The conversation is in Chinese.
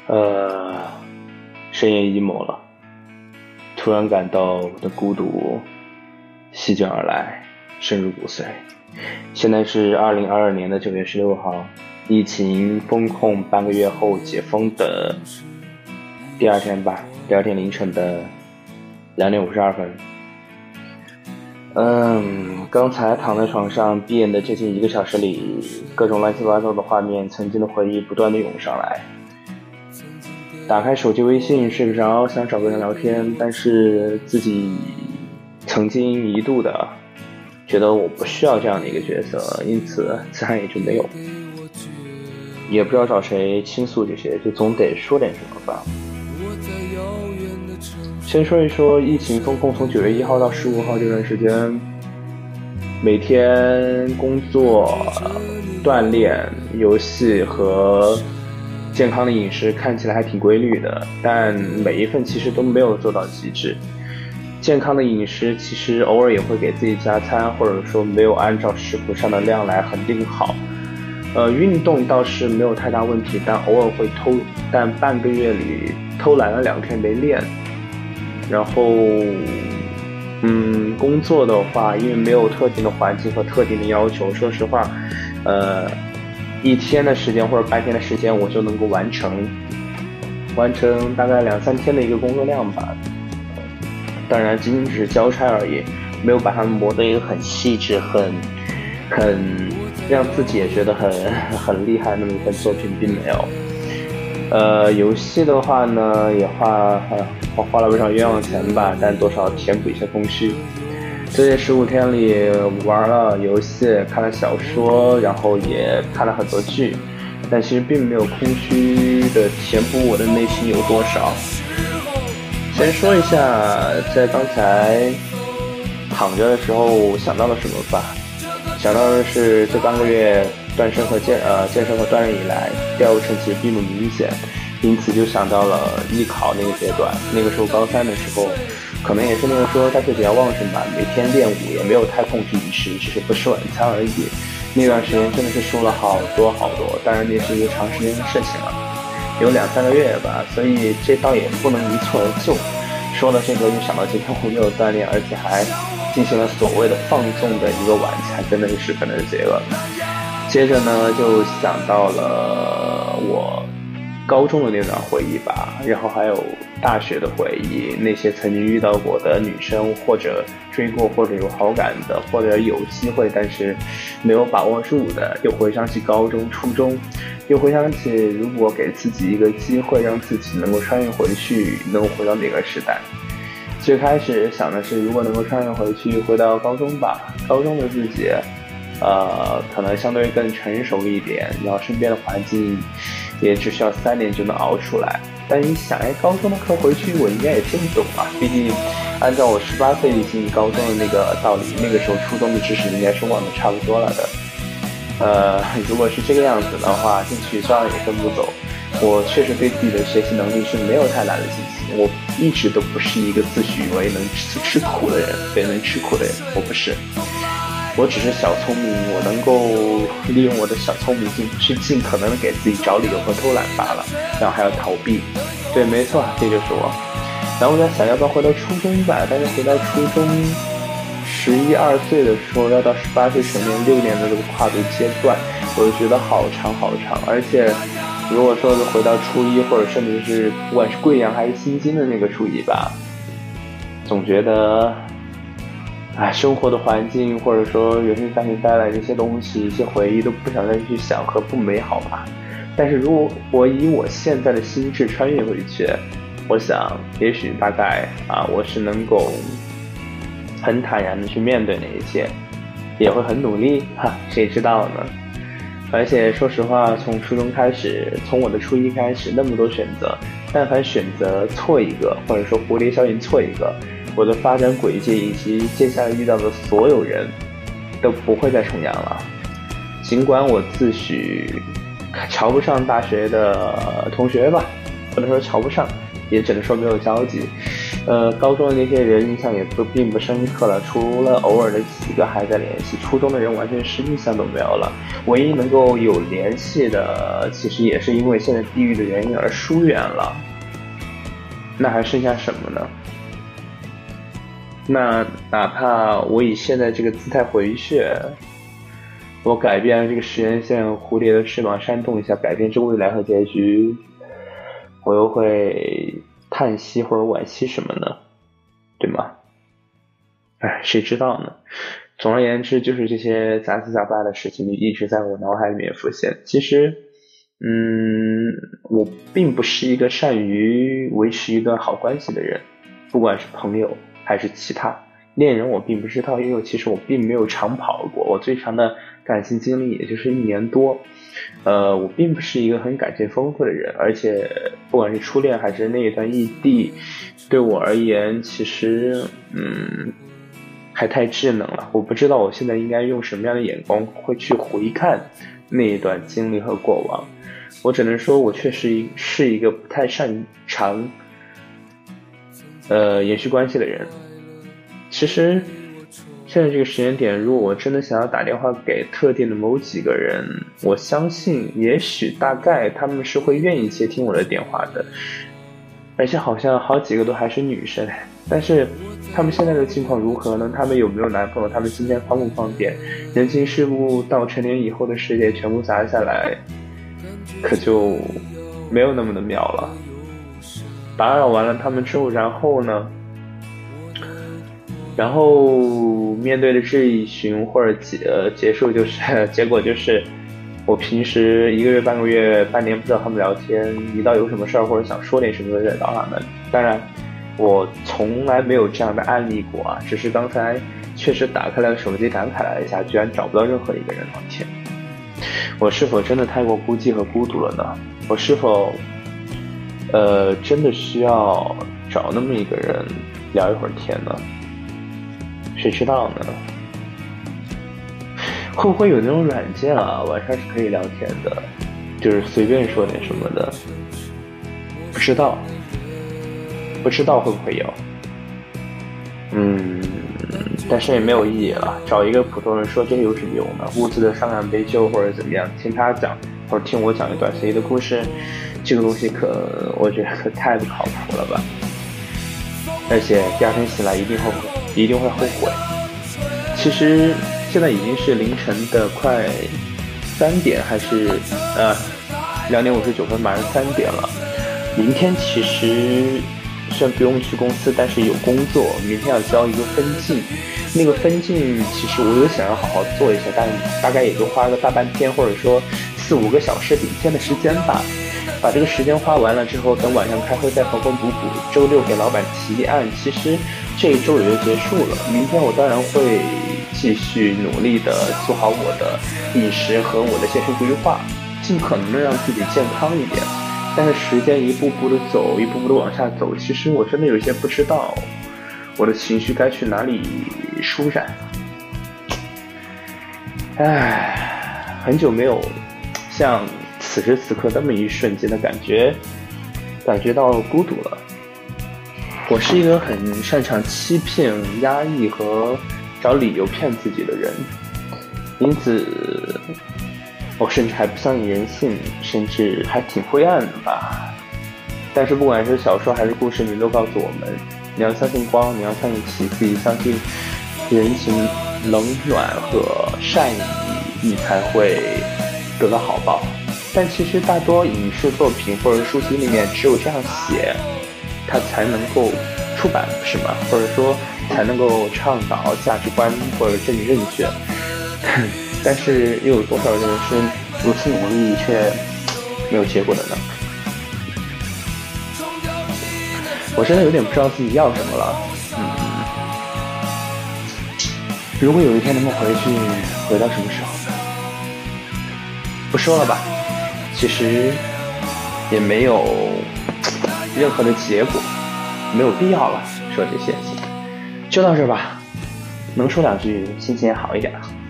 深夜 emo 了，突然感到我的孤独席卷而来，深入骨髓。现在是2022年9月16号，疫情封控半个月后解封的第二天吧，第二天凌晨的2点52分。刚才躺在床上闭眼的这近1个小时里，各种乱七八糟的画面，曾经的回忆不断的涌上来。打开手机微信睡不着，想找个人聊天，但是自己曾经一度的觉得我不需要这样的一个角色，因此自然也就没有，也不知道找谁倾诉这些，就总得说点什么吧。先说一说疫情封控从9月1号到15号这段时间，每天工作、锻炼、游戏和健康的饮食看起来还挺规律的，但每一份其实都没有做到极致。健康的饮食其实偶尔也会给自己加餐，或者说没有按照食谱上的量来恒定好。运动倒是没有太大问题，但偶尔会但半个月里偷懒了2天没练。然后工作的话，因为没有特定的环境和特定的要求，说实话一天的时间或者半天的时间我就能够完成大概2-3天的一个工作量吧。当然仅仅只是交差而已，没有把它们磨得一个很细致很让自己也觉得很厉害那么一份作品并没有。游戏的话呢也花了不少冤枉钱吧，但多少填补一些空虚。这15天里玩了游戏，看了小说，然后也看了很多剧，但其实并没有空虚的填补我的内心有多少。先说一下在刚才躺着的时候想到了什么吧。想到的是这半个月健身和锻炼以来掉入成绩并不明显，因此就想到了艺考那个阶段。那个时候高3的时候，可能也是那个时候代谢比较旺盛吧，每天练舞也没有太控制饮食，只是不吃晚餐而已。那段时间真的是瘦了好多，当然那是一个长时间的事情了，有2-3个月吧，所以这倒也不能一蹴而就。说了这个又想到今天我没有锻炼，而且还进行了所谓的放纵的一个晚餐，真的是十分的罪恶。接着呢就想到了我高中的那段回忆吧，然后还有大学的回忆，那些曾经遇到过的女生，或者追过，或者有好感的，或者有机会但是没有把握住的，又回想起高中、初中，又回想起如果给自己一个机会，让自己能够穿越回去，能够回到哪个时代。最开始想的是，如果能够穿越回去，回到高中吧，高中的自己可能相对更成熟一点，然后身边的环境也只需要3年就能熬出来。但一想，高中的课回去我应该也听不懂啊，毕竟按照我18岁进高中的那个道理，那个时候初中的知识应该是忘得差不多了的。如果是这个样子的话，进去照样也跟不走。我确实对自己的学习能力是没有太大的信心，我一直都不是一个自诩为能吃苦的人，对，能吃苦的人，我不是。我只是小聪明，我能够利用我的小聪明劲去尽可能的给自己找理由和偷懒罢了，然后还要逃避。对，没错，这就是我。然后我在想要不要回到初中吧，但是回到初中11、12岁的时候要到18岁成年6年的这个跨度阶段，我就觉得好长，而且如果说是回到初一，或者甚至是不管是贵阳还是新津的那个初一吧，总觉得生活的环境或者说原生家庭带来的一些东西，一些回忆都不想再去想和不美好吧。但是如果我以我现在的心智穿越回去，我想也许大概我是能够很坦然的去面对那一切，也会很努力谁知道呢。而且说实话，从初中开始，从我的初一开始，那么多选择，但凡选择错一个，或者说蝴蝶效应错一个，我的发展轨迹以及接下来遇到的所有人都不会再重样了。尽管我自诩瞧不上大学的同学吧，或者说瞧不上，也只能说没有交集， 高中的那些人印象也都并不深刻了，除了偶尔的几个还在联系，初中的人完全是印象都没有了。唯一能够有联系的，其实也是因为现在地域的原因而疏远了。那还剩下什么呢？那哪怕我以现在这个姿态回去，我改变这个时间线，蝴蝶的翅膀扇动一下，改变这未来和结局，我又会叹息或者惋惜什么呢？对吗？谁知道呢？总而言之，就是这些杂七杂八的事情就一直在我脑海里面浮现。其实我并不是一个善于维持一段好关系的人，不管是朋友还是其他恋人，我并不知道，因为其实我并没有长跑过，我最长的感情经历也就是1年多。我并不是一个很感情丰富的人，而且不管是初恋还是那一段异地，对我而言其实还太稚嫩了。我不知道我现在应该用什么样的眼光会去回看那一段经历和过往。我只能说我确实是一个不太擅长延续关系的人。其实现在这个时间点，如果我真的想要打电话给特定的某几个人，我相信也许大概他们是会愿意接听我的电话的，而且好像好几个都还是女生。但是他们现在的情况如何呢？他们有没有男朋友？他们今天方不方便？人情世故到成年以后的世界全部砸下来，可就没有那么的妙了。打扰完了他们之后，然后面对的这一群或者结束就是结果就是我平时1个月半个月半年不找他们聊天，一到有什么事儿或者想说点什么再找他们。当然我从来没有这样的案例过啊，只是刚才确实打开了手机感慨了一下，居然找不到任何一个人聊天。我是否真的太过孤寂和孤独了呢？我是否真的需要找那么一个人聊一会儿天呢？谁知道呢？会不会有那种软件啊，晚上是可以聊天的，就是随便说点什么的？不知道会不会有？但是也没有意义了。找一个普通人说这有什么用呢？物资的上岸杯酒或者怎么样，听他讲或者听我讲一段谁的故事，这个东西我觉得可太不靠谱了吧。而且第2天醒来一定会后悔。其实现在已经是凌晨的快3点，还是2点59分，马上3点了。明天其实虽然不用去公司，但是有工作，明天要交一个分镜。那个分镜其实我有想要好好做一下，但大概也就花个大半天，或者说4-5个小时顶天的时间吧。把这个时间花完了之后，等晚上开会再缝缝补补，周6给老板提案，其实这一周也就结束了。明天我当然会继续努力的做好我的饮食和我的健身规划，尽可能的让自己健康一点。但是时间一步步的走，一步步的往下走，其实我真的有些不知道我的情绪该去哪里舒展。很久没有像此时此刻那么一瞬间的感觉到孤独了。我是一个很擅长欺骗、压抑和找理由骗自己的人，因此我甚至还不相信人性，甚至还挺灰暗的吧。但是不管是小说还是故事，你都告诉我们，你要相信光，你要相信奇迹，相信人情冷暖和善意，你才会得到好报。但其实大多影视作品或者书籍里面只有这样写，它才能够出版，是吗？或者说才能够倡导价值观或者政治正确。但是又有多少人是如此努力却没有结果的呢？我真的有点不知道自己要什么了。如果有一天能够回到什么时候呢？不说了吧，其实也没有任何的结果，没有必要了说这些，就到这吧。能说2句，心情也好一点了。